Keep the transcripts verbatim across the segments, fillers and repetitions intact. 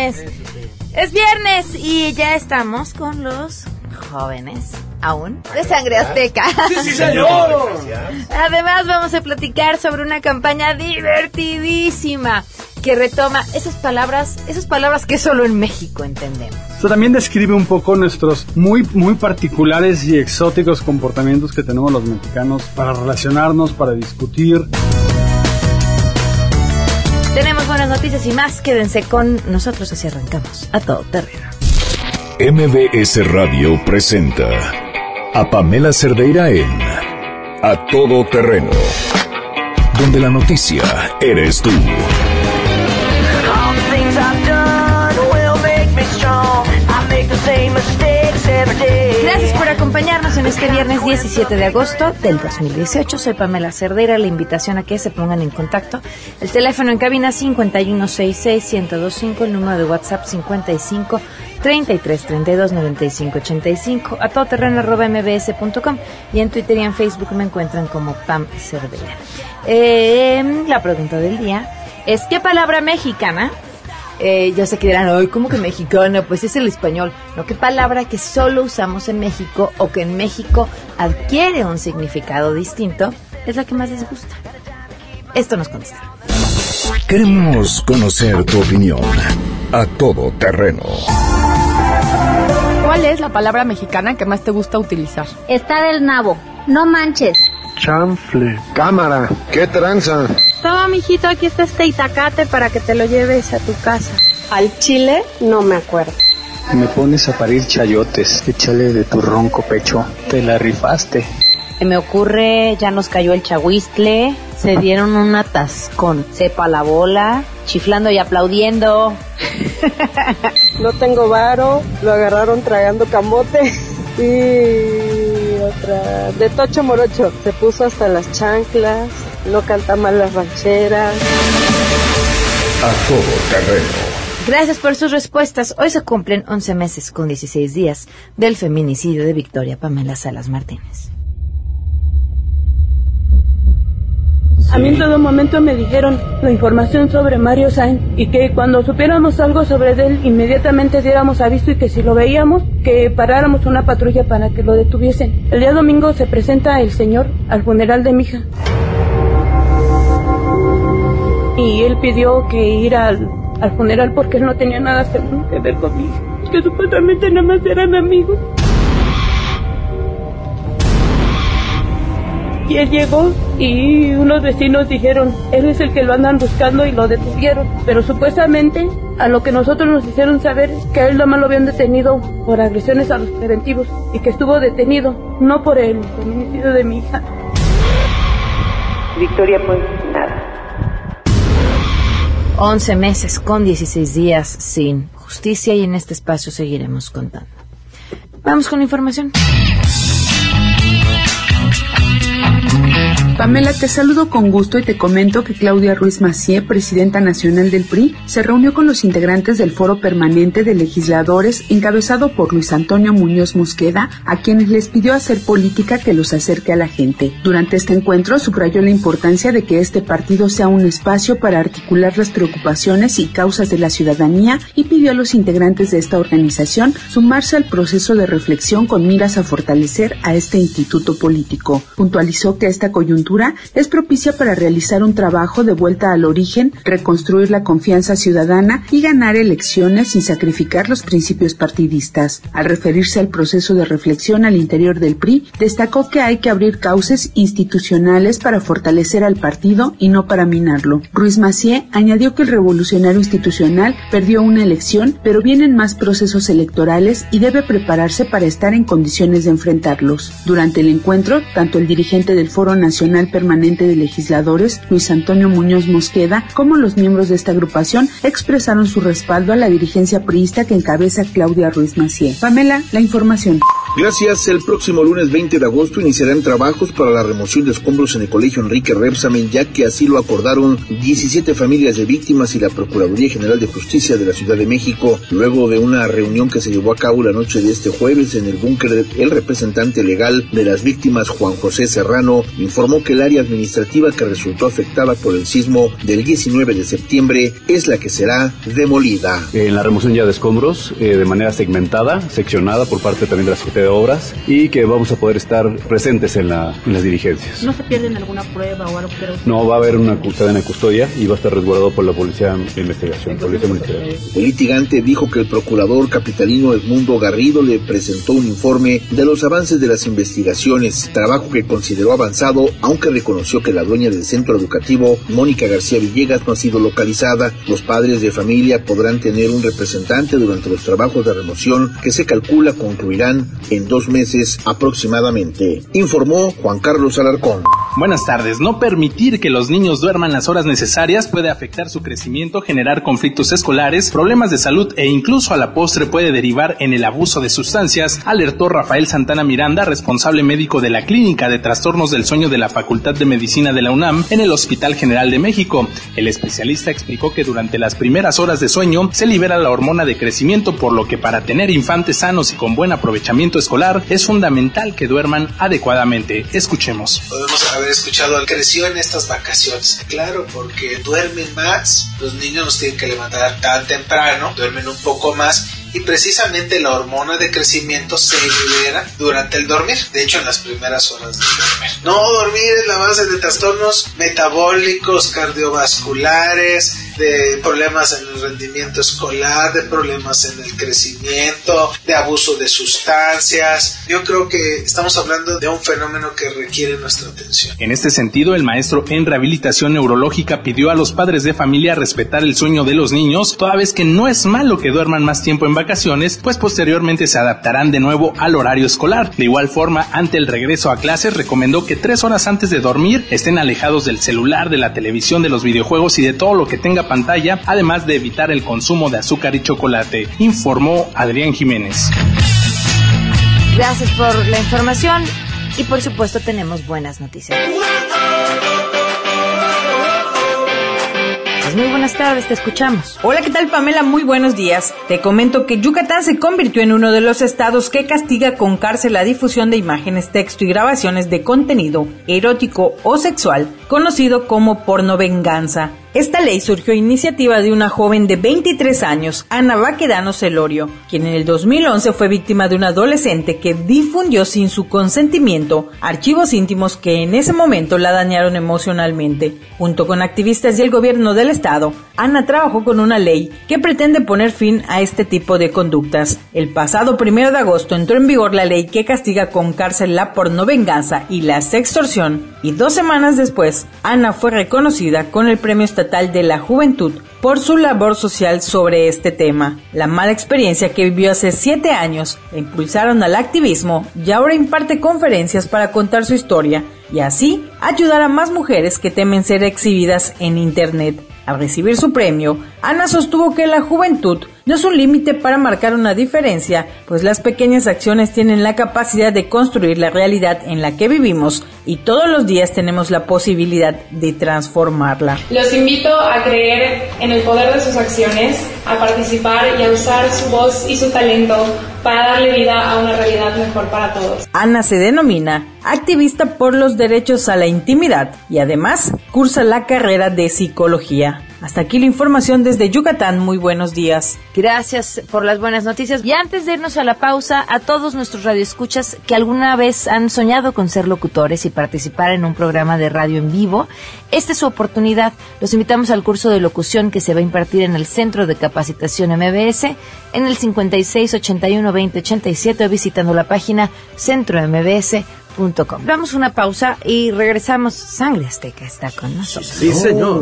viernes. Es viernes y ya estamos con los jóvenes, aún, de Sangre Azteca. ¡Sí, sí, señor! Además vamos a platicar sobre una campaña divertidísima que retoma esas palabras, esas palabras que solo en México entendemos. Esto también describe un poco nuestros muy, muy particulares y exóticos comportamientos que tenemos los mexicanos para relacionarnos, para discutir. Tenemos buenas noticias y más. Quédense con nosotros, así arrancamos a todo terreno. M B S Radio presenta a Pamela Cerdeira en A Todo Terreno, donde la noticia eres tú. Gracias por acompañarnos en este viernes diecisiete de agosto del dos mil dieciocho. Soy Pamela Cerdeira. La invitación a que se pongan en contacto. El teléfono en cabina cincuenta y uno sesenta y seis, ciento veinticinco. El número de WhatsApp cincuenta y cinco, treinta y tres, treinta y dos, noventa y cinco, ochenta y cinco. A todoterreno arroba m b s punto com. Y en Twitter y en Facebook me encuentran como Pam Cerdeira. Eh, la pregunta del día es: ¿qué palabra mexicana? Eh, yo sé que dirán, ay, ¿cómo que mexicana? Pues es el español. No, ¿qué palabra que solo usamos en México o que en México adquiere un significado distinto es la que más les gusta? Esto nos contesta. Queremos conocer tu opinión. A Todo Terreno. ¿Cuál es la palabra mexicana que más te gusta utilizar? Está del nabo. No manches. Chanfle. Cámara. ¿Qué tranza? Toma, mijito, aquí está este itacate para que te lo lleves a tu casa. Al chile no me acuerdo. Me pones a parir chayotes. Échale de tu ronco pecho. Te la rifaste. Me ocurre, ya nos cayó el chahuistle, se dieron un atascón, sepa la bola, chiflando y aplaudiendo. No tengo varo, lo agarraron tragando camote. Y otra, de tocho morocho, se puso hasta las chanclas, no canta mal las rancheras. A Todo Terreno. Gracias por sus respuestas. Hoy se cumplen once meses con dieciséis días del feminicidio de Victoria Pamela Salas Martínez. A mí en todo momento me dijeron la información sobre Mario Sainz y que cuando supiéramos algo sobre él inmediatamente diéramos aviso y que si lo veíamos que paráramos una patrulla para que lo detuviesen. El día domingo se presenta el señor al funeral de mi hija y él pidió que ir al, al funeral porque él no tenía nada seguro que ver conmigo, que supuestamente nada más eran amigos. Y él llegó y unos vecinos dijeron, él es el que lo andan buscando y lo detuvieron. Pero supuestamente a lo que nosotros nos hicieron saber que a él nada más lo habían detenido por agresiones a los preventivos y que estuvo detenido, no por el feminicidio de mi hija. Victoria, pues nada. once meses con dieciséis días sin justicia y en este espacio seguiremos contando. Vamos con la información. Pamela, te saludo con gusto y te comento que Claudia Ruiz Massieu, presidenta nacional del P R I, se reunió con los integrantes del Foro Permanente de Legisladores encabezado por Luis Antonio Muñoz Mosqueda, a quienes les pidió hacer política que los acerque a la gente. Durante este encuentro subrayó la importancia de que este partido sea un espacio para articular las preocupaciones y causas de la ciudadanía y pidió a los integrantes de esta organización sumarse al proceso de reflexión con miras a fortalecer a este instituto político. Puntualizó que esta coyuntura es propicia para realizar un trabajo de vuelta al origen, reconstruir la confianza ciudadana y ganar elecciones sin sacrificar los principios partidistas. Al referirse al proceso de reflexión al interior del P R I, destacó que hay que abrir cauces institucionales para fortalecer al partido y no para minarlo. Ruiz Massieu añadió que el revolucionario institucional perdió una elección, pero vienen más procesos electorales y debe prepararse para estar en condiciones de enfrentarlos. Durante el encuentro, tanto el dirigente del Foro Nacional Permanente de Legisladores, Luis Antonio Muñoz Mosqueda, como los miembros de esta agrupación expresaron su respaldo a la dirigencia priista que encabeza Claudia Ruiz Massieu. Pamela, la información. Gracias. El próximo lunes veinte de agosto iniciarán trabajos para la remoción de escombros en el Colegio Enrique Rebsamen, ya que así lo acordaron diecisiete familias de víctimas y la Procuraduría General de Justicia de la Ciudad de México. Luego de una reunión que se llevó a cabo la noche de este jueves en el búnker, el representante legal de las víctimas, Juan José Serrano, informó que que el área administrativa que resultó afectada por el sismo del diecinueve de septiembre es la que será demolida. En la remoción ya de escombros, eh, de manera segmentada, seccionada por parte también de la Secretaría de Obras, y que vamos a poder estar presentes en, la, en las dirigencias. ¿No se pierden alguna prueba o algo? Pero... No, va a haber una cadena de custodia y va a estar resguardado por la Policía de Investigación, Policía Municipal. El litigante dijo que el procurador capitalino Edmundo Garrido le presentó un informe de los avances de las investigaciones, trabajo que consideró avanzado, aunque reconoció que la dueña del centro educativo, Mónica García Villegas, no ha sido localizada. Los padres de familia podrán tener un representante durante los trabajos de remoción que se calcula concluirán en dos meses aproximadamente, informó Juan Carlos Alarcón. Buenas tardes. No permitir que los niños duerman las horas necesarias puede afectar su crecimiento, generar conflictos escolares, problemas de salud e incluso a la postre puede derivar en el abuso de sustancias, alertó Rafael Santana Miranda, responsable médico de la Clínica de Trastornos del Sueño de la Facultad de Medicina de la UNAM en el Hospital General de México. El especialista explicó que durante las primeras horas de sueño se libera la hormona de crecimiento, por lo que para tener infantes sanos y con buen aprovechamiento escolar es fundamental que duerman adecuadamente. Escuchemos. Podemos haber escuchado, creció en estas vacaciones. Claro, porque duermen más, los niños nos tienen que levantar tan temprano, duermen un poco más y precisamente la hormona de crecimiento se libera durante el dormir, de hecho en las primeras horas de dormir. No dormir es la base de trastornos metabólicos, cardiovasculares, de problemas en el rendimiento escolar, de problemas en el crecimiento, de abuso de sustancias. Yo creo que estamos hablando de un fenómeno que requiere nuestra atención. En este sentido, el maestro en rehabilitación neurológica pidió a los padres de familia respetar el sueño de los niños, toda vez que no es malo que duerman más tiempo en vacaciones, pues posteriormente se adaptarán de nuevo al horario escolar. De igual forma, ante el regreso a clases, recomendó que tres horas antes de dormir estén alejados del celular, de la televisión, de los videojuegos y de todo lo que tenga pantalla, además de evitar el consumo de azúcar y chocolate, informó Adrián Jiménez. Gracias por la información y por supuesto tenemos buenas noticias. Muy buenas tardes, te escuchamos. Hola, ¿qué tal, Pamela? Muy buenos días. Te comento que Yucatán se convirtió en uno de los estados que castiga con cárcel la difusión de imágenes, texto y grabaciones de contenido erótico o sexual, conocido como pornovenganza. Esta ley surgió a iniciativa de una joven de veintitrés años, Ana Baquedano Celorio, quien en el dos mil once fue víctima de un adolescente que difundió sin su consentimiento archivos íntimos que en ese momento la dañaron emocionalmente. Junto con activistas y el gobierno del estado, Ana trabajó con una ley que pretende poner fin a este tipo de conductas. El pasado primero de agosto entró en vigor la ley que castiga con cárcel la pornovenganza y la sextorsión, y dos semanas después, Ana fue reconocida con el Premio Estatal de la Juventud por su labor social sobre este tema. La mala experiencia que vivió hace siete años la impulsaron al activismo y ahora imparte conferencias para contar su historia y así ayudar a más mujeres que temen ser exhibidas en Internet. Al recibir su premio, Ana sostuvo que la juventud no es un límite para marcar una diferencia, pues las pequeñas acciones tienen la capacidad de construir la realidad en la que vivimos y todos los días tenemos la posibilidad de transformarla. Los invito a creer en el poder de sus acciones, a participar y a usar su voz y su talento para darle vida a una realidad mejor para todos. Ana se denomina activista por los derechos a la intimidad y además cursa la carrera de psicología. Hasta aquí la información desde Yucatán. Muy buenos días. Gracias por las buenas noticias. Y antes de irnos a la pausa, a todos nuestros radioescuchas que alguna vez han soñado con ser locutores y participar en un programa de radio en vivo, esta es su oportunidad. Los invitamos al curso de locución que se va a impartir en el Centro de Capacitación M B S en el cincuenta y seis ochenta y uno veinte ochenta y siete o visitando la página centro m b s punto com. Vamos a una pausa y regresamos. Sangre Azteca está con nosotros. Sí, señor.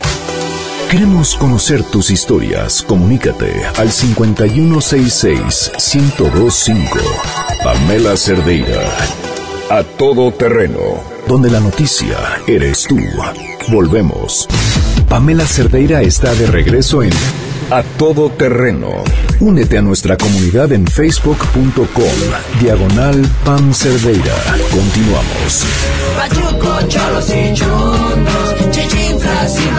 Queremos conocer tus historias. Comunícate al cincuenta y uno sesenta y seis, ciento veinticinco. Pamela Cerdeira. A todo terreno. Donde la noticia eres tú. Volvemos. Pamela Cerdeira está de regreso en A Todo Terreno. Únete a nuestra comunidad en facebook punto com diagonal Pam Cerdeira. Continuamos. Pachuco, cholos y chundos, chichinflas y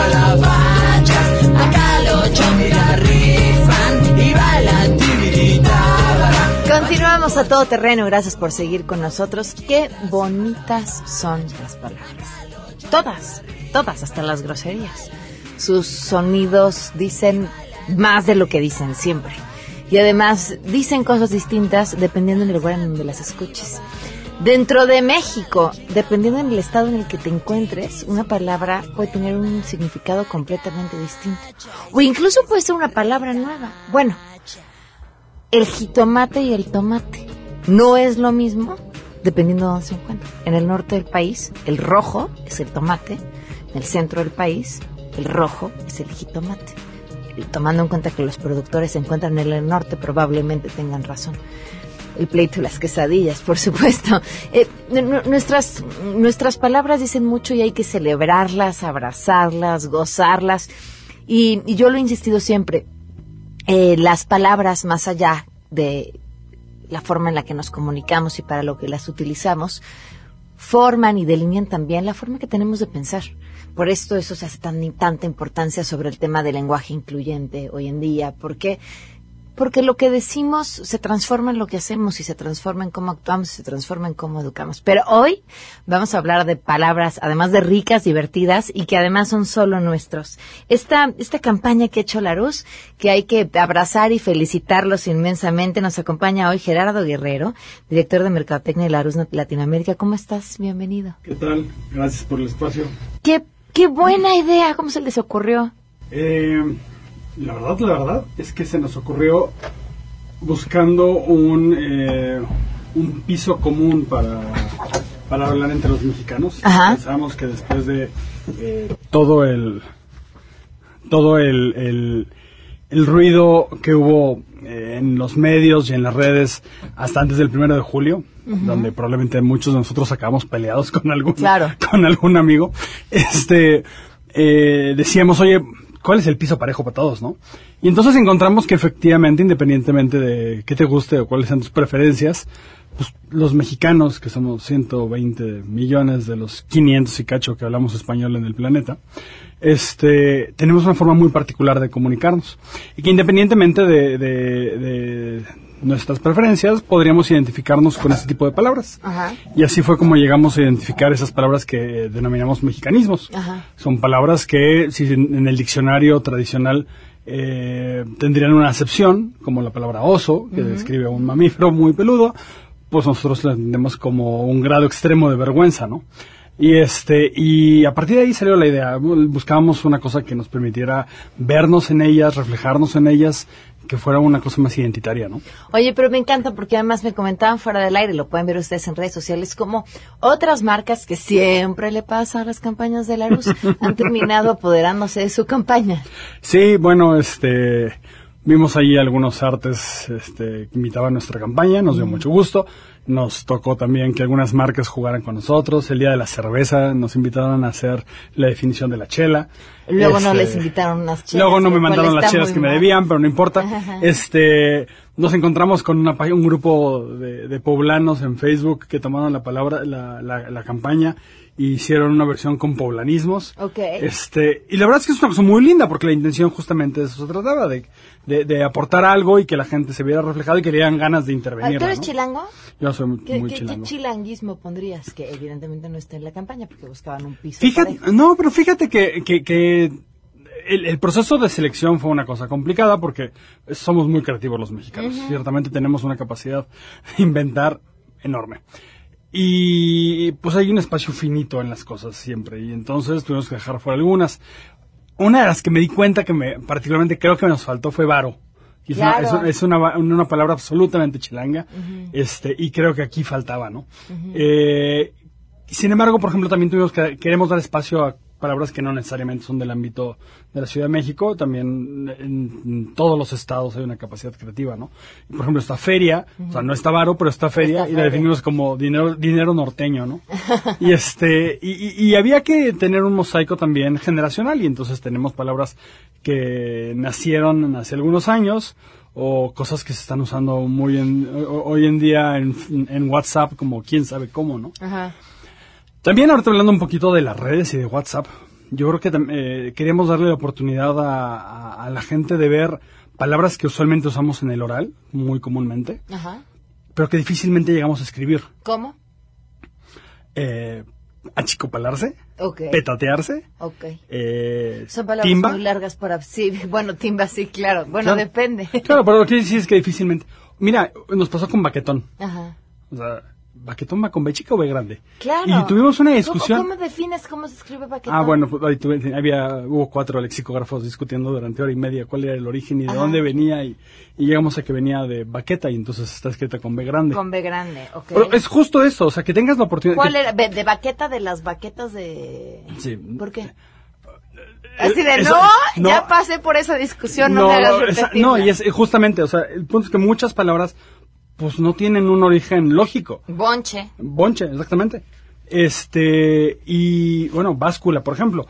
malabachas, acá los chomis la rifan y bailan tibiritábara. Continuamos a todo terreno, gracias por seguir con nosotros. Qué bonitas son las palabras. Todas, todas, hasta las groserías. Sus sonidos dicen más de lo que dicen siempre. Y además dicen cosas distintas dependiendo del lugar en donde las escuches. Dentro de México, dependiendo del estado en el que te encuentres, una palabra puede tener un significado completamente distinto. O incluso puede ser una palabra nueva. Bueno, el jitomate y el tomate no es lo mismo dependiendo de dónde se encuentra. En el norte del país, el rojo es el tomate. En el centro del país, el rojo es el jitomate. Y tomando en cuenta que los productores se encuentran en el norte, probablemente tengan razón. El pleito y las quesadillas, por supuesto. Eh, n- nuestras, nuestras palabras dicen mucho y hay que celebrarlas, abrazarlas, gozarlas. Y, y yo lo he insistido siempre. Eh, las palabras, más allá de la forma en la que nos comunicamos y para lo que las utilizamos, forman y delinean también la forma que tenemos de pensar. Por esto eso se hace tan, tanta importancia sobre el tema del lenguaje incluyente hoy en día. ¿Por qué? Porque lo que decimos se transforma en lo que hacemos y se transforma en cómo actuamos y se transforma en cómo educamos. Pero hoy vamos a hablar de palabras, además de ricas, divertidas y que además son solo nuestros. Esta, esta campaña que ha hecho Larus, que hay que abrazar y felicitarlos inmensamente, nos acompaña hoy Gerardo Guerrero, director de Mercadotecnia de Larus Latinoamérica. ¿Cómo estás? Bienvenido. ¿Qué tal? Gracias por el espacio. ¡Qué, qué buena idea! ¿Cómo se les ocurrió? Eh... La verdad, la verdad es que se nos ocurrió buscando un eh, un piso común para, para hablar entre los mexicanos. Ajá. Pensábamos que después de eh, todo el todo el, el, el ruido que hubo eh, en los medios y en las redes hasta antes del primero de julio, uh-huh. donde probablemente muchos de nosotros acabamos peleados con algún, claro. con algún amigo, este eh, decíamos, oye, ¿cuál es el piso parejo para todos, no? Y entonces encontramos que efectivamente, independientemente de qué te guste o cuáles sean tus preferencias, pues los mexicanos, que somos ciento veinte millones de los quinientos y cacho que hablamos español en el planeta, este, tenemos una forma muy particular de comunicarnos. Y que independientemente de, de, de nuestras preferencias, podríamos identificarnos con ese tipo de palabras. Ajá. Y así fue como llegamos a identificar esas palabras que denominamos mexicanismos. Ajá. Son palabras que, si en el diccionario tradicional eh, tendrían una acepción, como la palabra oso, que uh-huh. describe a un mamífero muy peludo, pues nosotros la entendemos como un grado extremo de vergüenza, ¿no? Y este, y a partir de ahí salió la idea. Buscábamos una cosa que nos permitiera vernos en ellas, reflejarnos en ellas, que fuera una cosa más identitaria, ¿no? Oye, pero me encanta porque además me comentaban fuera del aire, lo pueden ver ustedes en redes sociales, como otras marcas que siempre le pasa a las campañas de Larus han terminado apoderándose de su campaña. Sí, bueno, este, vimos ahí algunos artes este, que imitaban nuestra campaña, nos dio mm. mucho gusto. Nos tocó también que algunas marcas jugaran con nosotros. El día de la cerveza nos invitaron a hacer la definición de la chela. Luego este, no les invitaron unas chelas. Luego no me mandaron las chelas que mal. me debían, pero no importa. Ajá. Este, nos encontramos con una, un grupo de, de poblanos en Facebook que tomaron la palabra, la, la, la campaña y hicieron una versión con poblanismos. Okay. Este, y la verdad es que es una cosa muy linda porque la intención justamente de eso se trataba, de, de, de aportar algo y que la gente se viera reflejado y que le dieran ganas de intervenir. ¿Tú eres ¿no? chilango? Yo soy muy, ¿Qué, muy qué, chilango. ¿Qué chilanguismo pondrías? Que evidentemente no está en la campaña porque buscaban un piso Fíjate, parejo. no, pero fíjate que, que, que el, el proceso de selección fue una cosa complicada porque somos muy creativos los mexicanos. Uh-huh. Ciertamente tenemos una capacidad de inventar enorme. Y pues hay un espacio finito en las cosas siempre. Y entonces tuvimos que dejar fuera algunas. Una de las que me di cuenta que me particularmente creo que nos faltó fue varo. Y claro. es, una, es una, una palabra absolutamente chilanga. Uh-huh. este y creo que aquí faltaba, ¿no? Uh-huh. Eh, sin embargo, por ejemplo, también tuvimos que queremos dar espacio a palabras que no necesariamente son del ámbito de la Ciudad de México. También en, en todos los estados hay una capacidad creativa, ¿no? Y, por ejemplo, esta feria, uh-huh. o sea, no está varo, pero está feria, está y la definimos como dinero dinero norteño, ¿no? y este y, y, y había que tener un mosaico también generacional, y entonces tenemos palabras que nacieron hace algunos años, o cosas que se están usando muy en, hoy en día en, en WhatsApp, como quién sabe cómo, ¿no? Ajá. También ahorita hablando un poquito de las redes y de WhatsApp, yo creo que eh, queríamos darle la oportunidad a, a, a la gente de ver palabras que usualmente usamos en el oral, muy comúnmente. Ajá. pero que difícilmente llegamos a escribir. ¿Cómo? Eh, achicopalarse, okay. petatearse, okay. eh, son palabras timba. muy largas para... Sí, bueno, timba sí, claro. Bueno, claro. depende. Claro, pero lo que sí es que difícilmente... Mira, nos pasó con baquetón. Ajá. O sea, ¿baquetón va con B chica o B grande? Claro. Y tuvimos una discusión... ¿Cómo, cómo defines cómo se escribe baquetón? Ah, bueno, pues, ahí tuve, había, hubo cuatro lexicógrafos discutiendo durante hora y media cuál era el origen y de Ajá. dónde venía, y, y llegamos a que venía de baqueta, y entonces está escrita con B grande. Con B grande, ok. Pero es justo eso, o sea, que tengas la oportunidad... ¿Cuál que, era? ¿De baqueta de las baquetas de...? Sí. ¿Por qué? Así de, eso, no, no, ya pasé por esa discusión, no, no me hagas no, esa, repetirla. no, y es justamente, o sea, el punto es que muchas palabras pues no tienen un origen lógico. Bonche. Bonche, exactamente. Este, y bueno, báscula, por ejemplo.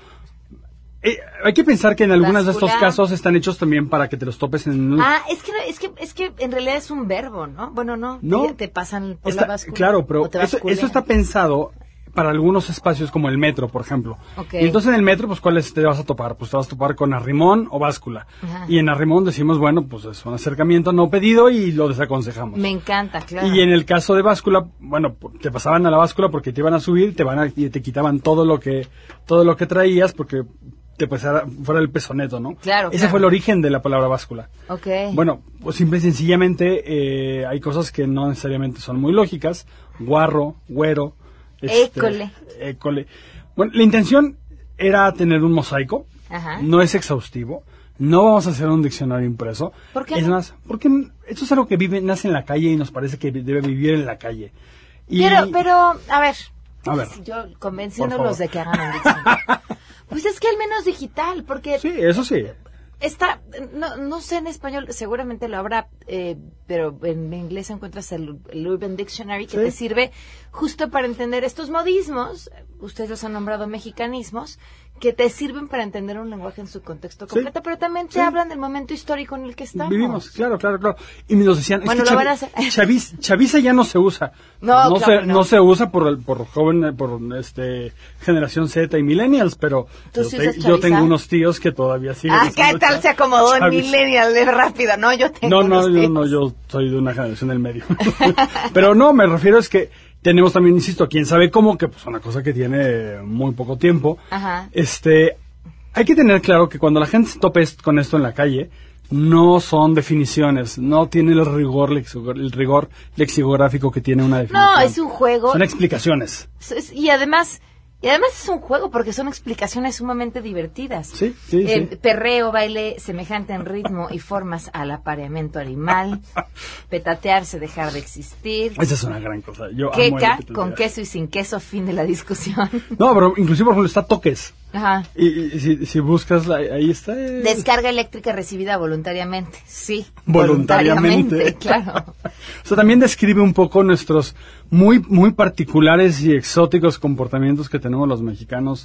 Eh, hay que pensar que en algunos de estos casos están hechos también para que te los topes en un... Ah, es que, es que, es que en realidad es un verbo, ¿no? Bueno, no, no te, te pasan por está, la báscula. Claro, pero eso, eso está pensado para algunos espacios como el metro, por ejemplo. Okay. Y entonces en el metro, pues, ¿cuáles te vas a topar? Pues te vas a topar con arrimón o báscula. Ajá. Y en arrimón decimos, bueno, pues es un acercamiento no pedido y lo desaconsejamos. Me encanta, claro. Y en el caso de báscula, bueno, te pasaban a la báscula porque te iban a subir, te van a, y te quitaban todo lo que, todo lo que traías porque te pasara fuera el peso neto, ¿no? Claro. Ese claro. fue el origen de la palabra báscula. Okay. Bueno, pues simple y sencillamente eh, hay cosas que no necesariamente son muy lógicas. Guarro, güero. Este, école. école. Bueno, la intención era tener un mosaico. Ajá. No es exhaustivo. No vamos a hacer un diccionario impreso. ¿Por qué Es no? más, porque esto es algo que vive, nace en la calle y nos parece que debe vivir en la calle. Y, pero, pero, a ver. A ver. Yo convenciéndolos de que hagan un diccionario. Pues es que al menos digital, porque... Sí, eso sí. Está, no, no sé en español, seguramente lo habrá, eh, pero en inglés encuentras el, el Urban Dictionary que ¿Sí? te sirve justo para entender estos modismos, ustedes los han nombrado mexicanismos, que te sirven para entender un lenguaje en su contexto completo, sí, pero también te sí. hablan del momento histórico en el que estamos. Vivimos, claro, claro, claro. Y nos decían, bueno, es que lo Chavi, van a hacer. Chavis, Chaviza ya no se usa. No, no, claro se, no. no se usa por por joven, por este generación Z y millennials, pero yo, sí te, yo tengo unos tíos que todavía siguen. Ah, ¿qué tal Chav se acomodó en millennial de rápido? No, yo tengo No, no, unos yo tíos. no, yo soy de una generación del medio. Pero no, me refiero es que tenemos también, insisto, quién sabe cómo, que pues una cosa que tiene muy poco tiempo. Ajá. Este, hay que tener claro que cuando la gente se tope con esto en la calle, no son definiciones, no tiene el rigor, lexigor, el rigor lexicográfico que tiene una definición. No, es un juego. Son explicaciones. Y además, y además es un juego porque son explicaciones sumamente divertidas. Sí, sí, eh, sí. Perreo, baile semejante en ritmo y formas al apareamiento animal. Petatearse, dejar de existir. Esa es una gran cosa. Yo Queca, amo el con queso y sin queso, fin de la discusión. No, pero inclusive, por ejemplo, está toques. Ajá. Y, y si, si buscas, la, ahí está. Eh. Descarga eléctrica recibida voluntariamente. Sí. Voluntariamente. voluntariamente claro. O sea, también describe un poco nuestros muy, muy particulares y exóticos comportamientos que tenemos los mexicanos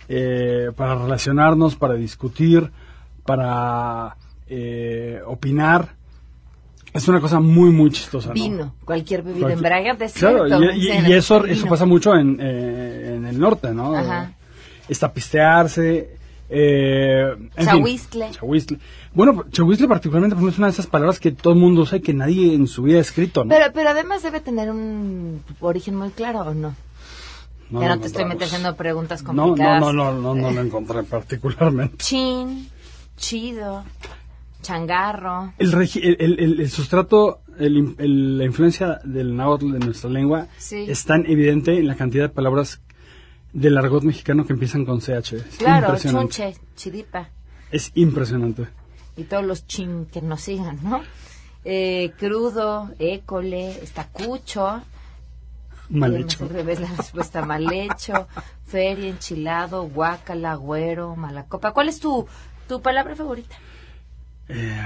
eh, para relacionarnos, para discutir, para eh, opinar. Es una cosa muy, muy chistosa, Vino, ¿no? cualquier bebida Cualquier... embriagante. Claro, y, y, y eso, eso pasa mucho en, eh, en el norte, ¿no? Ajá. Estapistearse, eh, en chahuistle. Fin, chahuistle. Bueno, chahuistle particularmente porque es una de esas palabras que todo el mundo usa y que nadie en su vida ha escrito, ¿no? Pero, pero además debe tener un origen muy claro, ¿o no? No, ya no, no te estoy encontramos. metiendo preguntas No, complicadas. no, no, no, no, no lo encontré particularmente. Chin, chido, changarro. El, regi el, el, el, el sustrato, el, el, la influencia del náhuatl de nuestra lengua sí. es tan evidente en la cantidad de palabras del argot mexicano que empiezan con C H. Es claro, chunche, chiripa. Es impresionante. Y todos los chin que nos sigan, ¿no? Eh, crudo, école, estacucho. Mal hecho. Al revés la respuesta, mal hecho. Feria, enchilado, guácala, güero, mala copa. ¿Cuál es tu, tu palabra favorita? Eh,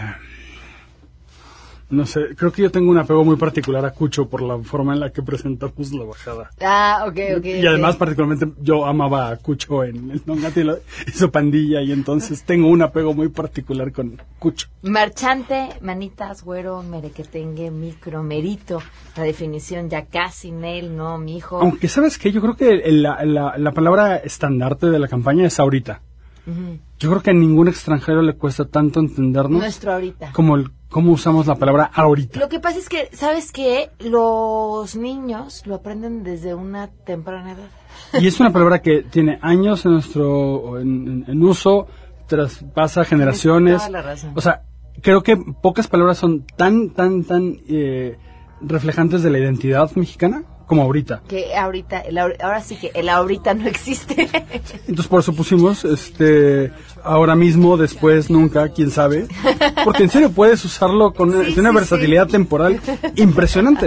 no sé, creo que yo tengo un apego muy particular a Cucho por la forma en la que presentamos la bajada. Ah, ok, ok. Y además, okay. particularmente, yo amaba a Cucho en el Nongati y su pandilla, y entonces tengo un apego muy particular con Cucho. Marchante, manitas, güero, merequetengue, micro, merito. La definición ya casi, Nel, no, mijo. Aunque, ¿sabes qué? Yo creo que la, la, la palabra estandarte de la campaña es ahorita. Uh-huh. Yo creo que a ningún extranjero le cuesta tanto entendernos. Nuestro ahorita. Como el cómo usamos la palabra ahorita. Lo que pasa es que, ¿sabes qué? Los niños lo aprenden desde una temprana edad. Y es una palabra que tiene años en nuestro en, en, en uso, traspasa generaciones. Toda la razón. O sea, creo que pocas palabras son tan, tan, tan eh, reflejantes de la identidad mexicana como ahorita. Que ahorita, el, ahora sí que el ahorita no existe. Entonces por eso pusimos este ahora mismo, después, nunca, quién sabe. Porque en serio puedes usarlo con sí, una sí, versatilidad sí. temporal impresionante.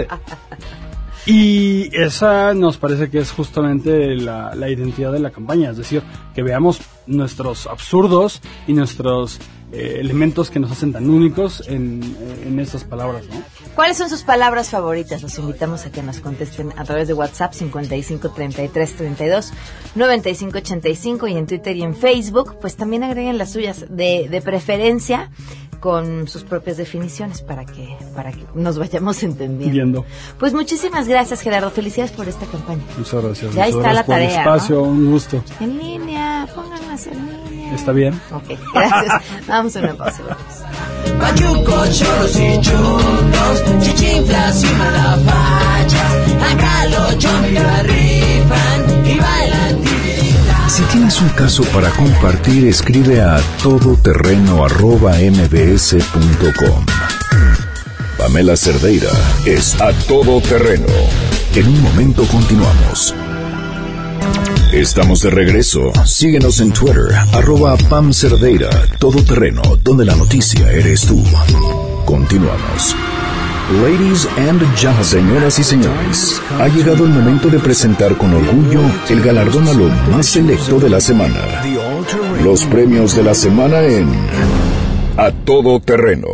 Y esa nos parece que es justamente la, la identidad de la campaña, es decir, que veamos nuestros absurdos y nuestros eh, elementos que nos hacen tan únicos en, en estas palabras, ¿no? ¿Cuáles son sus palabras favoritas? Los invitamos a que nos contesten a través de WhatsApp cincuenta y cinco treinta y tres treinta y dos noventa y cinco ochenta y cinco y en Twitter y en Facebook, pues también agreguen las suyas de, de preferencia con sus propias definiciones para que para que nos vayamos entendiendo. Viendo. Pues muchísimas gracias, Gerardo. Felicidades por esta campaña. Muchas gracias. Ya Muchas está gracias la por tarea, el espacio, ¿no? Un gusto. En línea, pónganlas en línea. ¿Está bien? Ok, gracias. Vamos a una pausa. Vamos. Pachuco, choros y churros, chichinflas y malafachas. Acá los chomis la rifan y bailan. Si tienes un caso para compartir, escribe a todoterreno arroba mbs punto com. Pamela Cerdeira es A Todo Terreno. En un momento continuamos. Estamos de regreso. Síguenos en Twitter, arroba Pam Cerdeira, Todo Terreno, donde la noticia eres tú. Continuamos. Ladies and gentlemen, señoras y señores, ha llegado el momento de presentar con orgullo el galardón a lo más selecto de la semana. Los premios de la semana en A Todo Terreno.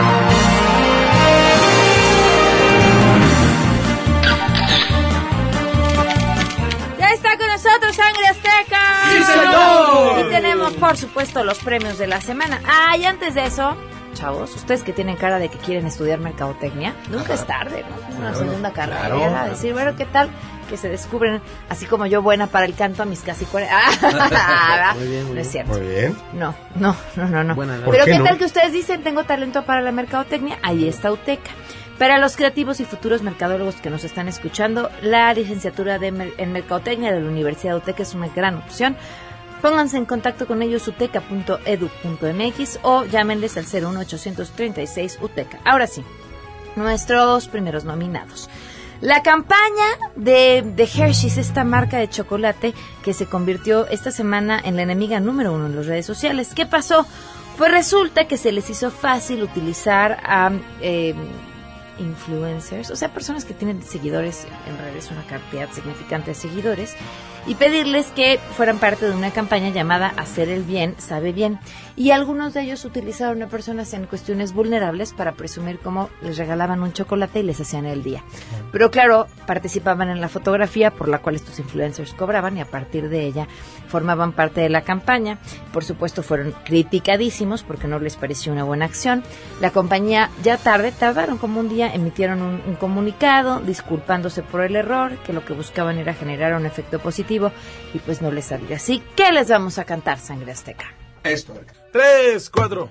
Ya está con nosotros Sangre Azteca. ¡Sí, señor! Y tenemos, por supuesto, los premios de la semana. Ah, y antes de eso, chavos, ustedes que tienen cara de que quieren estudiar mercadotecnia, nunca es tarde, ¿no? Una segunda carrera, claro. Decir, bueno, ¿qué tal? Que se descubren, así como yo buena para el canto a mis casi cuarenta. Ah, muy bien, muy no es cierto. Muy bien. No, no, no, no, no. Buena, Pero qué, ¿qué no? tal que ustedes dicen, tengo talento para la mercadotecnia? Ahí está UTECA. Para los creativos y futuros mercadólogos que nos están escuchando, la licenciatura de mer- en mercadotecnia de la Universidad de UTECA es una gran opción. Pónganse en contacto con ellos uteca punto edu punto mx o llámenles al cero uno ochocientos treinta y seis UTECA. Ahora sí, nuestros primeros nominados. La campaña de, de Hershey's, esta marca de chocolate que se convirtió esta semana en la enemiga número uno en las redes sociales. ¿Qué pasó? Pues resulta que se les hizo fácil utilizar a eh, influencers, o sea, personas que tienen seguidores en redes, una cantidad significante de seguidores, y pedirles que fueran parte de una campaña llamada Hacer el Bien, Sabe Bien. Y algunos de ellos utilizaron a personas en cuestiones vulnerables para presumir cómo les regalaban un chocolate y les hacían el día. Pero claro, participaban en la fotografía por la cual estos influencers cobraban y a partir de ella formaban parte de la campaña. Por supuesto fueron criticadísimos porque no les pareció una buena acción. La compañía ya tarde, tardaron como un día, emitieron un, un comunicado disculpándose por el error, que lo que buscaban era generar un efecto positivo y pues no les salió así. ¿Qué les vamos a cantar, Sangre Azteca? Esto. Tres, cuatro.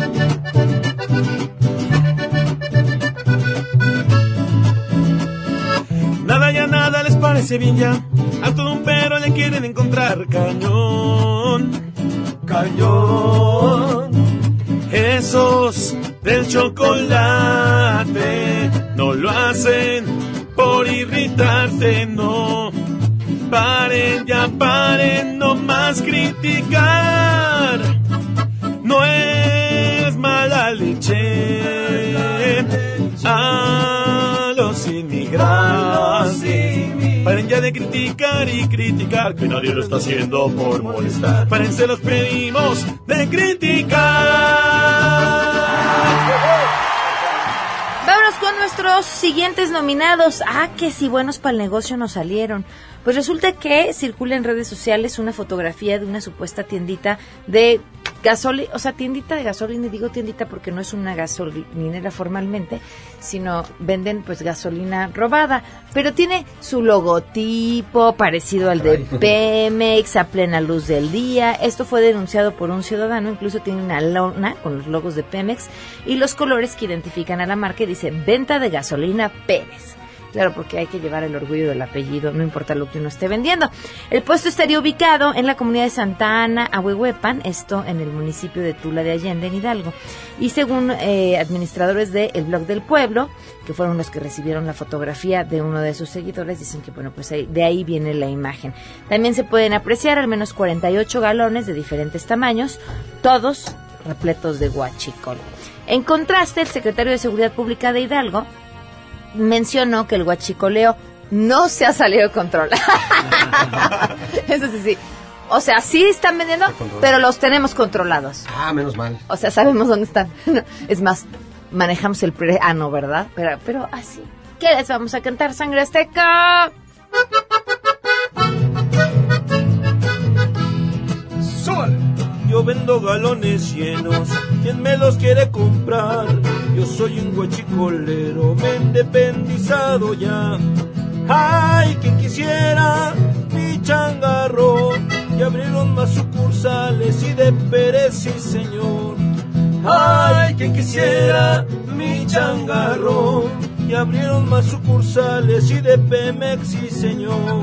Nada ya nada les parece bien ya. A todo un pero le quieren encontrar cañón. Cañón. Esos del chocolate no lo hacen por irritarte, no. Paren, ya paren, no más criticar. No es mala leche a los inmigrantes. Paren ya de criticar y criticar, que nadie lo está haciendo por molestar. Paren, se los pedimos de criticar. Vámonos con nuestros siguientes nominados. Ah, que si buenos para el negocio nos salieron. Pues resulta que circula en redes sociales una fotografía de una supuesta tiendita de gasolina, o sea, tiendita de gasolina, y digo tiendita porque no es una gasolinera formalmente, sino venden pues gasolina robada, pero tiene su logotipo parecido al de Pemex a plena luz del día. Esto fue denunciado por un ciudadano, incluso tiene una lona con los logos de Pemex y los colores que identifican a la marca y dice venta de gasolina Pérez. Claro, porque hay que llevar el orgullo del apellido, no importa lo que uno esté vendiendo. El puesto estaría ubicado en la comunidad de Santa Ana, Ahuehuepan, esto en el municipio de Tula de Allende, en Hidalgo. Y según eh, administradores de El Blog del Pueblo, que fueron los que recibieron la fotografía de uno de sus seguidores, dicen que bueno, pues ahí, de ahí viene la imagen. También se pueden apreciar al menos cuarenta y ocho galones de diferentes tamaños, todos repletos de huachicol. En contraste, el secretario de Seguridad Pública de Hidalgo mencionó que el huachicoleo no se ha salido de control. Eso sí, sí. O sea, sí están vendiendo, pero los tenemos controlados. Ah, menos mal. O sea, sabemos dónde están. Es más, manejamos el pre... Ah, no, ¿verdad? Pero, pero así. ¿Qué les vamos a cantar, Sangre Azteca? ¡Sol! Yo vendo galones llenos, ¿quién me los quiere comprar? Yo soy un huachicolero, me he independizado ya. Ay, quien quisiera mi changarro, y abrieron más sucursales y de Pérez, sí señor. Ay, quien quisiera mi changarro, y abrieron más sucursales y de Pemex, sí señor.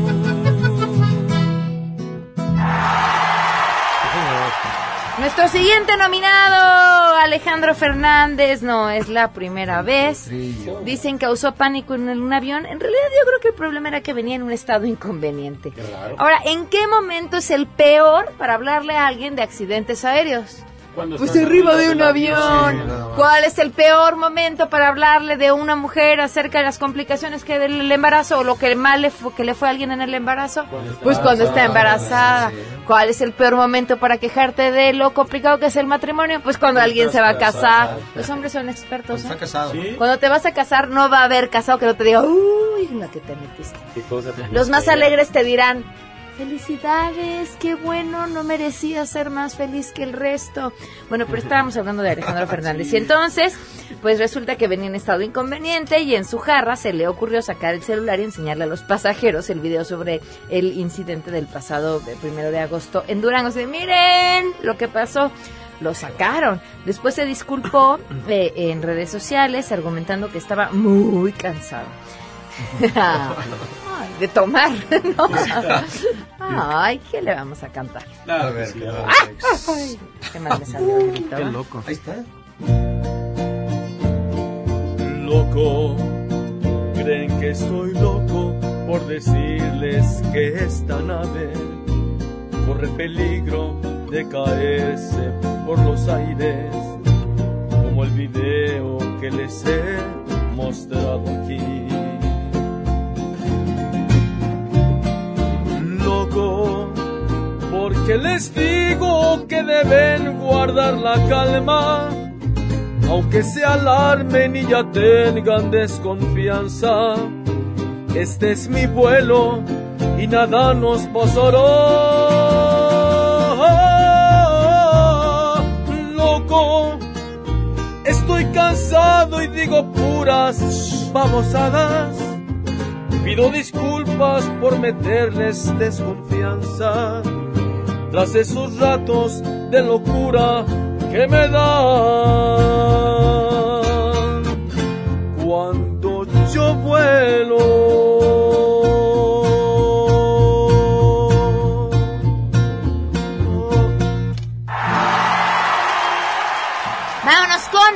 Nuestro siguiente nominado, Alejandro Fernández, no es la primera vez. Dicen que causó pánico en un avión. En realidad yo creo que el problema era que venía en un estado inconveniente. Ahora, ¿en qué momento es el peor para hablarle a alguien de accidentes aéreos? Pues arriba de un avión. Sí, ¿cuál es el peor momento para hablarle de una mujer acerca de las complicaciones que del embarazo o lo que mal le fue, que le fue a alguien en el embarazo? Pues cuando está embarazada. ¿Cuál es el peor momento para quejarte de lo complicado que es el matrimonio? Pues cuando alguien se va a casar. Los hombres son expertos, ¿eh? Cuando te vas a casar no va a haber casado que no te diga, uy, la que te metiste. Los más alegres te dirán, felicidades, qué bueno, no merecía ser más feliz que el resto. Bueno, pero estábamos hablando de Alejandro Fernández. Y entonces, pues resulta que venía en estado inconveniente y en su jarra se le ocurrió sacar el celular y enseñarle a los pasajeros el video sobre el incidente del pasado primero de agosto en Durango. O sea, miren lo que pasó. Lo sacaron. Después se disculpó eh, en redes sociales argumentando que estaba muy cansado. Ay, de tomar, ¿no? Ay, ¿qué le vamos a cantar? A ver, qué, ay, qué mal me salió el grito. Qué loco. Ahí está. Loco, creen que estoy loco por decirles que esta nave corre peligro de caerse por los aires, como el video que les he mostrado aquí. Loco, porque les digo que deben guardar la calma, aunque se alarmen y ya tengan desconfianza. Este es mi vuelo y nada nos pasará. Loco, estoy cansado y digo puras babosadas. Pido disculpas por meterles desconfianza tras esos ratos de locura que me dan cuando yo vuelo. Vámonos con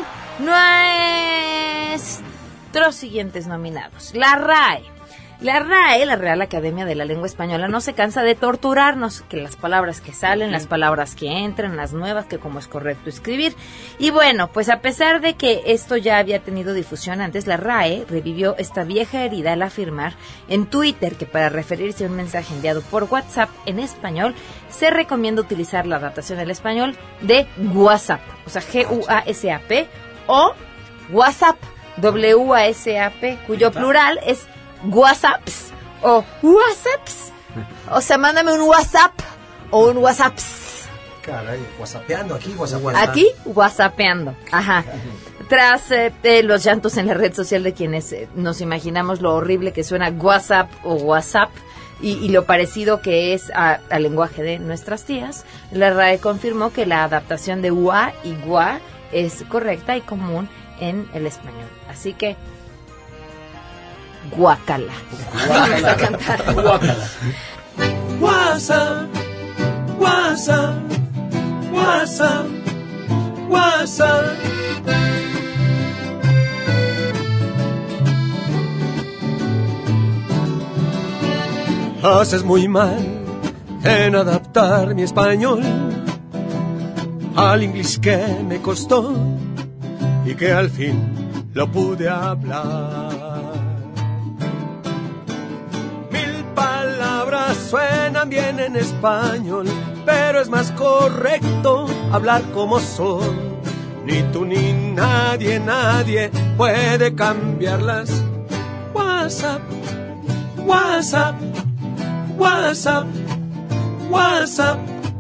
nuestros siguientes nominados. La R A E. La R A E, la Real Academia de la Lengua Española, no se cansa de torturarnos, que las palabras que salen, las palabras que entran, las nuevas, que como es correcto escribir. Y bueno, pues a pesar de que esto ya había tenido difusión antes, la R A E revivió esta vieja herida al afirmar en Twitter que para referirse a un mensaje enviado por WhatsApp en español, se recomienda utilizar la adaptación del español de WhatsApp, o sea, G U A S A P, o WhatsApp, W A S A P, cuyo plural es WhatsApps o WhatsApps. O sea, mándame un WhatsApp o un WhatsApps. Caray, whatsappeando aquí, whatsappeando. Aquí, whatsappeando. Ajá. Tras eh, eh, los llantos en la red social de quienes eh, nos imaginamos lo horrible que suena WhatsApp o WhatsApp y, y lo parecido que es a- al lenguaje de nuestras tías, la R A E confirmó que la adaptación de ua y gua es correcta y común en el español. Así que, guacala. Vamos a cantar. Guácala. WhatsApp, WhatsApp, WhatsApp, WhatsApp. Haces muy mal en adaptar mi español al inglés que me costó y que al fin lo pude hablar. Mil palabras suenan bien en español, pero es más correcto hablar como son. Ni tú ni nadie, nadie puede cambiarlas. WhatsApp, WhatsApp, WhatsApp, WhatsApp.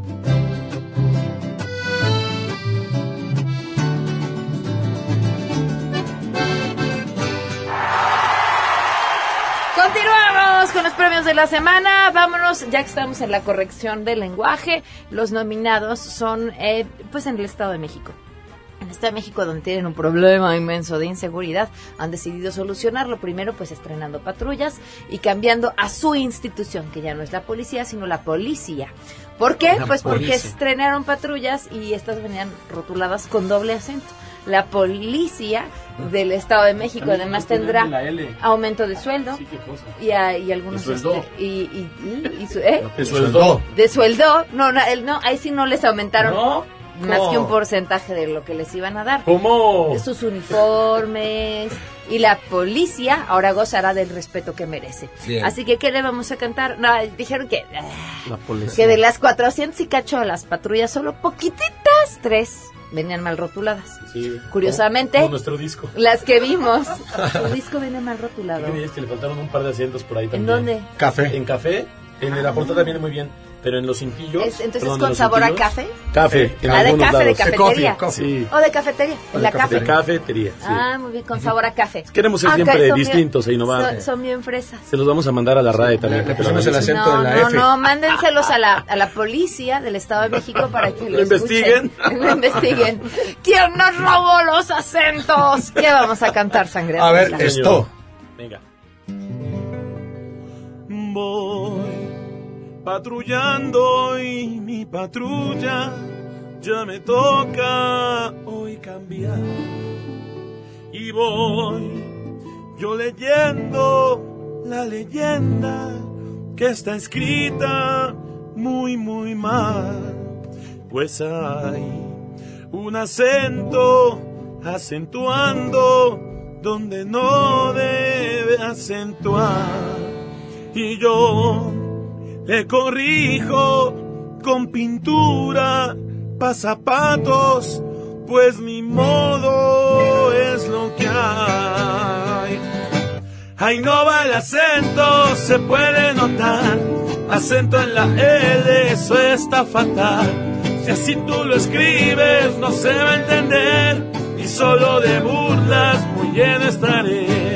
Continuamos con los premios de la semana. Vámonos, ya que estamos en la corrección del lenguaje. Los nominados son, eh, pues, en el Estado de México. En el Estado de México, donde tienen un problema inmenso de inseguridad, han decidido solucionarlo. Primero, pues, estrenando patrullas y cambiando a su institución, que ya no es la policía, sino la policía. ¿Por qué? La Pues porque policía. estrenaron patrullas y estas venían rotuladas con doble acento. La policía del Estado de México También además tiene tendrá la L. aumento de sueldo. Sí, qué cosa. Y, a- y algunos De sueldo. este, y, y, y- y su- ¿eh? De sueldo. De sueldo. No, no, el- no, ahí sí no les aumentaron ¿No? más ¿Cómo? que un porcentaje de lo que les iban a dar. ¿Cómo? Sus uniformes. Y la policía ahora gozará del respeto que merece. Bien. Así que, ¿qué le vamos a cantar? No, dijeron que, ah, La policía. que de las cuatrocientos y cacho de las patrullas, solo poquititas, tres venían mal rotuladas. Sí. Curiosamente, Como nuestro disco. las que vimos, su disco viene mal rotulado. ¿Qué creías? Que le faltaron un par de asientos por ahí ¿En también. dónde? Café. En café. En la portada viene muy bien. Pero en los cintillos. Es- entonces, perdón, ¿con en los sabor a cintillos, café? Café. En Ah, de algunos café, de lados. cafetería. Sí. O de cafetería, O la de café. De cafetería, sí. Ah, muy bien, con sabor a café. Queremos ser Aunque siempre son bien- distintos e innovar. Son, son bien fresas. Se los vamos a mandar a la R A E también. Le pusimos el acento No, de la no, F. no, mándenselos a la, a la policía del Estado de México para que lo, Lo investiguen. escuchen. Lo investiguen. ¿Quién nos robó los acentos? ¿Qué vamos a cantar, sangre? A ver, Azul? esto. Venga. Voy patrullando y mi patrulla ya me toca hoy cambiar. Y voy yo leyendo la leyenda que está escrita muy muy mal. Pues hay un acento acentuando donde no debe acentuar. Y yo le corrijo con pintura pa' zapatos, pues ni modo es lo que hay. Ahí no va el acento, se puede notar. Acento en la L, eso está fatal. Si así tú lo escribes, no se va a entender. Y solo de burlas muy bien estaré.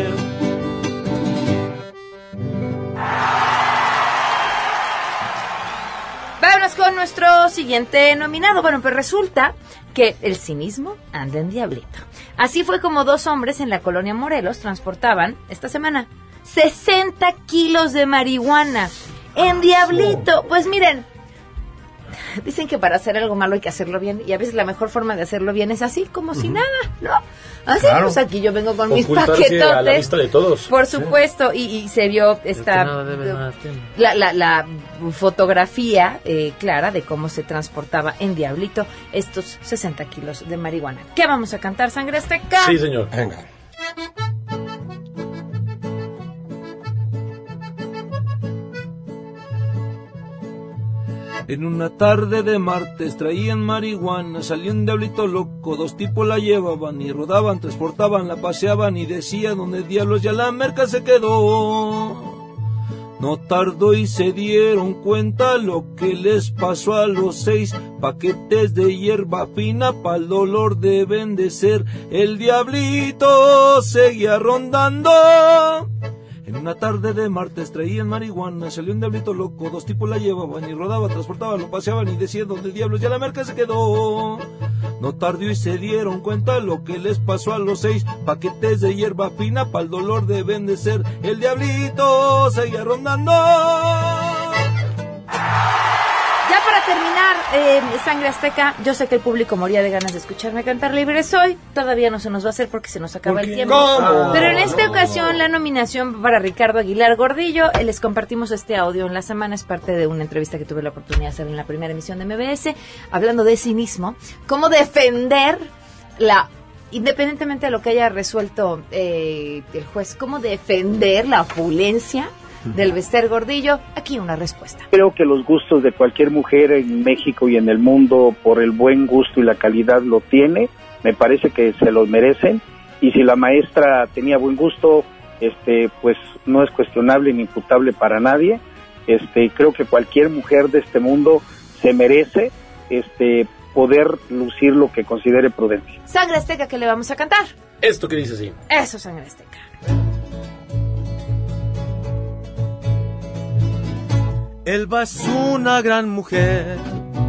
Vámonos con nuestro siguiente nominado. Bueno, pues resulta que el cinismo anda en Diablito. Así fue como dos hombres en la colonia Morelos transportaban esta semana sesenta kilos de marihuana en Diablito. Pues miren, dicen que para hacer algo malo hay que hacerlo bien, y a veces la mejor forma de hacerlo bien es así, como si nada, ¿no? Así, Claro. pues aquí yo vengo con mis Ocultarse paquetotes. a la vista de todos. Por Sí. supuesto, y, y se vio esta nada debe, nada teme. la, la, la fotografía eh, clara de cómo se transportaba en Diablito estos sesenta kilos de marihuana. ¿Qué vamos a cantar, Sangre Azteca? Sí, señor. Venga. En una tarde de martes traían marihuana, salió un diablito loco, dos tipos la llevaban y rodaban, transportaban, la paseaban y decía dónde diablos ya la merca se quedó. No tardó y se dieron cuenta lo que les pasó a los seis. Paquetes de hierba fina pa'l dolor deben de ser. El diablito seguía rondando. En una tarde de martes traían marihuana, salió un diablito loco, dos tipos la llevaban y rodaba, transportaban, lo paseaban y decían donde diablos ya la merca se quedó. No tardó y se dieron cuenta lo que les pasó a los seis. Paquetes de hierba fina pa'l dolor deben de ser. El diablito seguía rondando. Ya para terminar, eh, Sangre Azteca, yo sé que el público moría de ganas de escucharme cantar Libres Hoy. Todavía no se nos va a hacer porque se nos acaba el tiempo. ¿Cómo? Pero en esta ocasión la nominación para Ricardo Aguilar Gordillo. Eh, les compartimos este audio en la semana. Es parte de una entrevista que tuve la oportunidad de hacer en la primera emisión de M B S, hablando de cinismo. Cómo defender la... Independientemente de lo que haya resuelto eh, el juez, cómo defender la opulencia del Bester Gordillo. Aquí una respuesta. Creo que los gustos de cualquier mujer en México y en el mundo, por el buen gusto y la calidad, lo tiene. Me parece que se los merecen. Y si la maestra tenía buen gusto, este, pues no es cuestionable ni imputable para nadie. Este, creo que cualquier mujer de este mundo se merece este, poder lucir lo que considere prudencia. Sangre Azteca, ¿qué le vamos a cantar? Esto que dice así. Eso, Sangre Azteca. Elba es una gran mujer,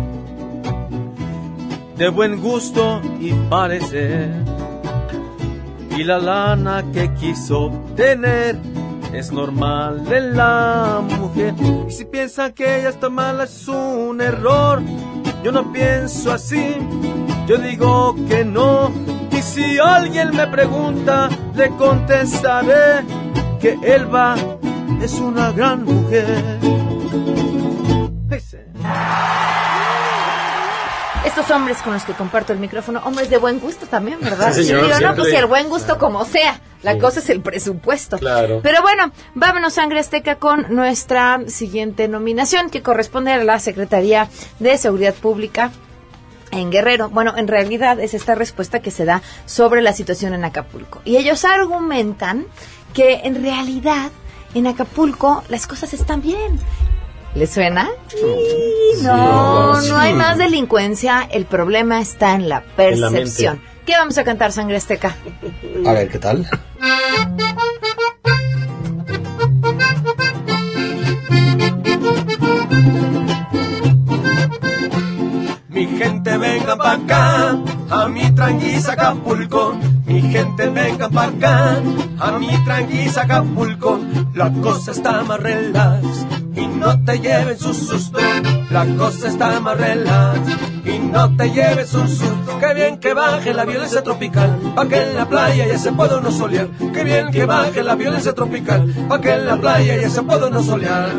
de buen gusto y parecer, y la lana que quiso tener es normal de la mujer. Y si piensan que ella está mala es un error, yo no pienso así, yo digo que no. Y si alguien me pregunta, le contestaré que Elba es una gran mujer. Estos hombres con los que comparto el micrófono, hombres de buen gusto también, ¿verdad? Sí, señor, Digo, no, siempre. pues el buen gusto como sea, la Sí. cosa es el presupuesto. Claro. Pero bueno, vámonos, Sangre Azteca, con nuestra siguiente nominación, que corresponde a la Secretaría de Seguridad Pública en Guerrero. Bueno, en realidad es esta respuesta que se da sobre la situación en Acapulco. Y ellos argumentan que en realidad en Acapulco las cosas están bien. ¿Les suena? Sí, no, Sí. no hay más delincuencia. El problema está en la percepción. En la mente. ¿Qué vamos a cantar, Sangre Azteca? A ver, ¿qué tal? Mi gente venga pa' acá, a mi tranquis Acapulco. Mi gente venga pa' acá, a mi tranquis Acapulco. La cosa está más relax y no te lleves un susto. La cosa está más relax y no te lleves un susto. Qué bien que baje la violencia tropical, pa' que en la playa ya se pueda uno solear. Qué bien que baje la violencia tropical, pa' que en la playa ya se pueda uno solear.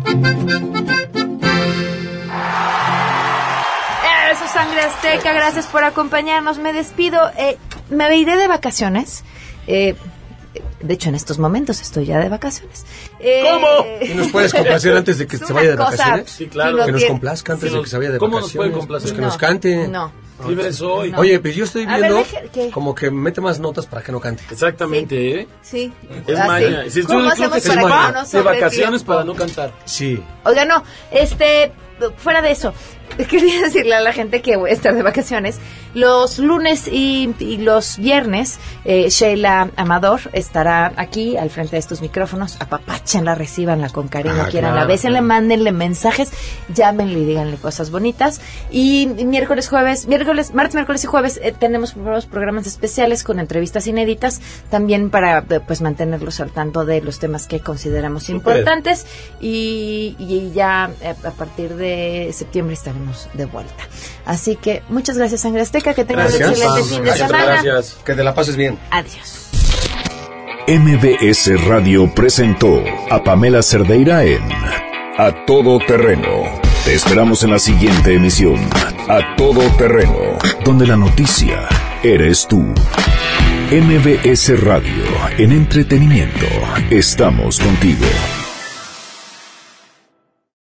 Eso, Sangre Azteca, gracias por acompañarnos. Me despido. Eh, me iré de vacaciones. Eh, de hecho, en estos momentos estoy ya de vacaciones. Eh, ¿Cómo? ¿Y nos puedes complacer antes de que es se vaya de una cosa vacaciones? Sí, claro. que Que no nos tiene- complazca antes Sí, de que se vaya de ¿cómo nos vacaciones. puede complacer? Pues que No, nos cante. No. Libres Hoy. No. Oye, pues yo estoy A ver, viendo deje- ¿qué? como que mete más notas para que no cante. Exactamente, ¿eh? Sí. Es Ah, maña. sí. Si ¿Cómo tú hacemos creo que para se que va no nos de sobre vacaciones tiempo? para no cantar. Sí. Oiga, no, este, fuera de eso, quería decirle a la gente que voy a estar de vacaciones. Los lunes y, y los viernes, eh, Sheila Amador estará aquí al frente de estos micrófonos. Apapáchenla, recíbanla con cariño, Ah, quieran la claro, bésenle, claro. mándenle mensajes, llámenle y díganle cosas bonitas. Y miércoles, jueves, miércoles, martes, miércoles y jueves eh, tenemos nuevos programas especiales con entrevistas inéditas, también para eh, pues mantenerlos al tanto de los temas que consideramos Súper. importantes. Y, y ya eh, a partir de septiembre estaremos de vuelta. Así que muchas gracias, Sangre Azteca, que tengan un Gracias. excelente fin de Gracias, semana. Gracias. Que te la pases bien. Adiós. M B S Radio presentó a Pamela Cerdeira en A Todo Terreno. Te esperamos en la siguiente emisión, A Todo Terreno, donde la noticia eres tú. M B S Radio, en entretenimiento, estamos contigo.